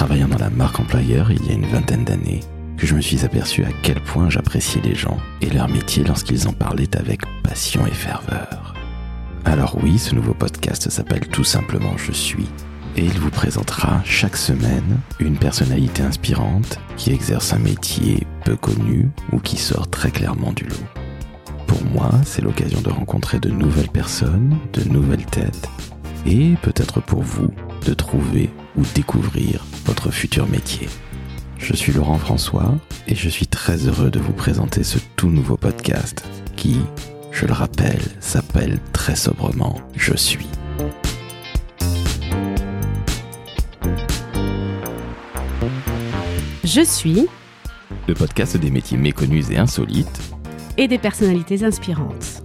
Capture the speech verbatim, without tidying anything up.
travaillant dans la marque employeur il y a une vingtaine d'années que je me suis aperçu à quel point j'appréciais les gens et leur métier lorsqu'ils en parlaient avec passion et ferveur. Alors oui, ce nouveau podcast s'appelle tout simplement Je suis, et il vous présentera chaque semaine une personnalité inspirante qui exerce un métier peu connu ou qui sort très clairement du lot. Pour moi, c'est l'occasion de rencontrer de nouvelles personnes, de nouvelles têtes, et peut-être pour vous, de trouver ou découvrir votre futur métier. Je suis Laurent François et je suis très heureux de vous présenter ce tout nouveau podcast qui, je le rappelle, s'appelle très sobrement Je suis. Je suis le podcast des métiers méconnus et insolites et des personnalités inspirantes.